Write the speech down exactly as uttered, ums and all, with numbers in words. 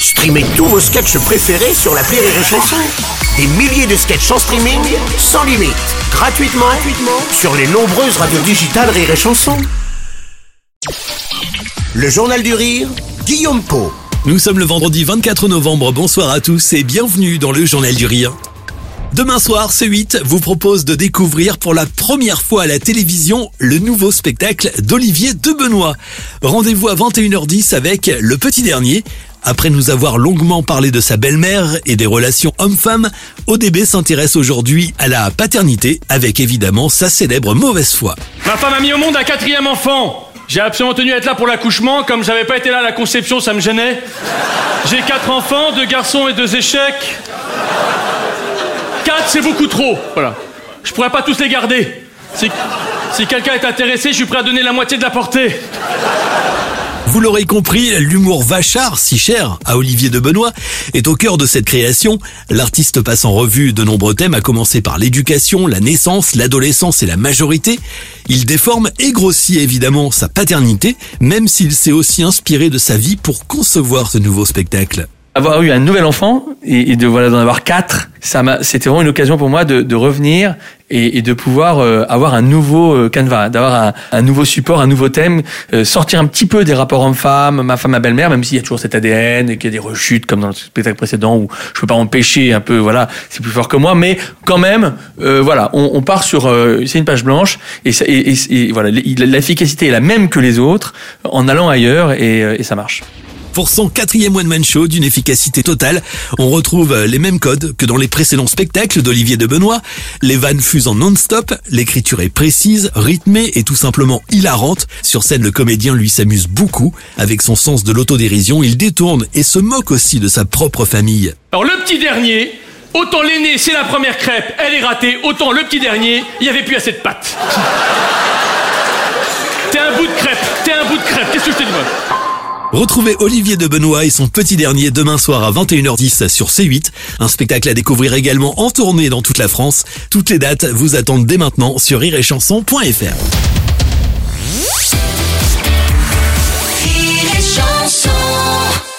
Streamez tous vos sketchs préférés sur l'appli Rire et Chanson. Des milliers de sketchs en streaming, sans limite, gratuitement, gratuitement sur les nombreuses radios digitales Rire et Chanson. Le Journal du Rire, Guillaume Pau. Nous sommes le vendredi vingt-quatre novembre, bonsoir à tous et bienvenue dans le Journal du Rire. Demain soir, C huit vous propose de découvrir pour la première fois à la télévision le nouveau spectacle d'Olivier de Benoît. Rendez-vous à vingt et une heures dix avec Le Petit Dernier. Après nous avoir longuement parlé de sa belle-mère et des relations hommes-femmes, O D B s'intéresse aujourd'hui à la paternité avec évidemment sa célèbre mauvaise foi. Ma femme a mis au monde un quatrième enfant. J'ai absolument tenu à être là pour l'accouchement, comme j'avais pas été là à la conception, ça me gênait. J'ai quatre enfants, deux garçons et deux échecs. Quatre, c'est beaucoup trop, voilà. Je pourrais pas tous les garder. Si, si quelqu'un est intéressé, je suis prêt à donner la moitié de la portée. Vous l'aurez compris, l'humour vachard, si cher à Olivier de Benoît, est au cœur de cette création. L'artiste passe en revue de nombreux thèmes, à commencer par l'éducation, la naissance, l'adolescence et la majorité. Il déforme et grossit évidemment sa paternité, même s'il s'est aussi inspiré de sa vie pour concevoir ce nouveau spectacle. Avoir eu un nouvel enfant et, et de voilà d'en avoir quatre, ça m'a, c'était vraiment une occasion pour moi de, de revenir et, et de pouvoir euh, avoir un nouveau euh, canevas, d'avoir un, un nouveau support, un nouveau thème, euh, sortir un petit peu des rapports hommes-femmes, ma femme, ma belle-mère, même s'il y a toujours cet A D N et qu'il y a des rechutes comme dans le spectacle précédent où je peux pas empêcher un peu, voilà, c'est plus fort que moi, mais quand même, euh, voilà, on, on part sur, euh, c'est une page blanche et, ça, et, et, et voilà, l'efficacité est la même que les autres en allant ailleurs et, et ça marche. Pour son quatrième one-man show d'une efficacité totale, on retrouve les mêmes codes que dans les précédents spectacles d'Olivier de Benoît. Les vannes fusent en non-stop, l'écriture est précise, rythmée et tout simplement hilarante. Sur scène, le comédien lui s'amuse beaucoup. Avec son sens de l'autodérision, il détourne et se moque aussi de sa propre famille. Alors le petit dernier, autant l'aîné c'est la première crêpe, elle est ratée, autant le petit dernier, il n'y avait plus assez de pâtes. T'es un bout de crêpe, t'es un bout de crêpe, qu'est-ce que je te dis moi ? Retrouvez Olivier de Benoît et son Petit Dernier demain soir à vingt et une heures dix sur C huit. Un spectacle à découvrir également en tournée dans toute la France. Toutes les dates vous attendent dès maintenant sur rire et chanson point f r. Rire et chanson.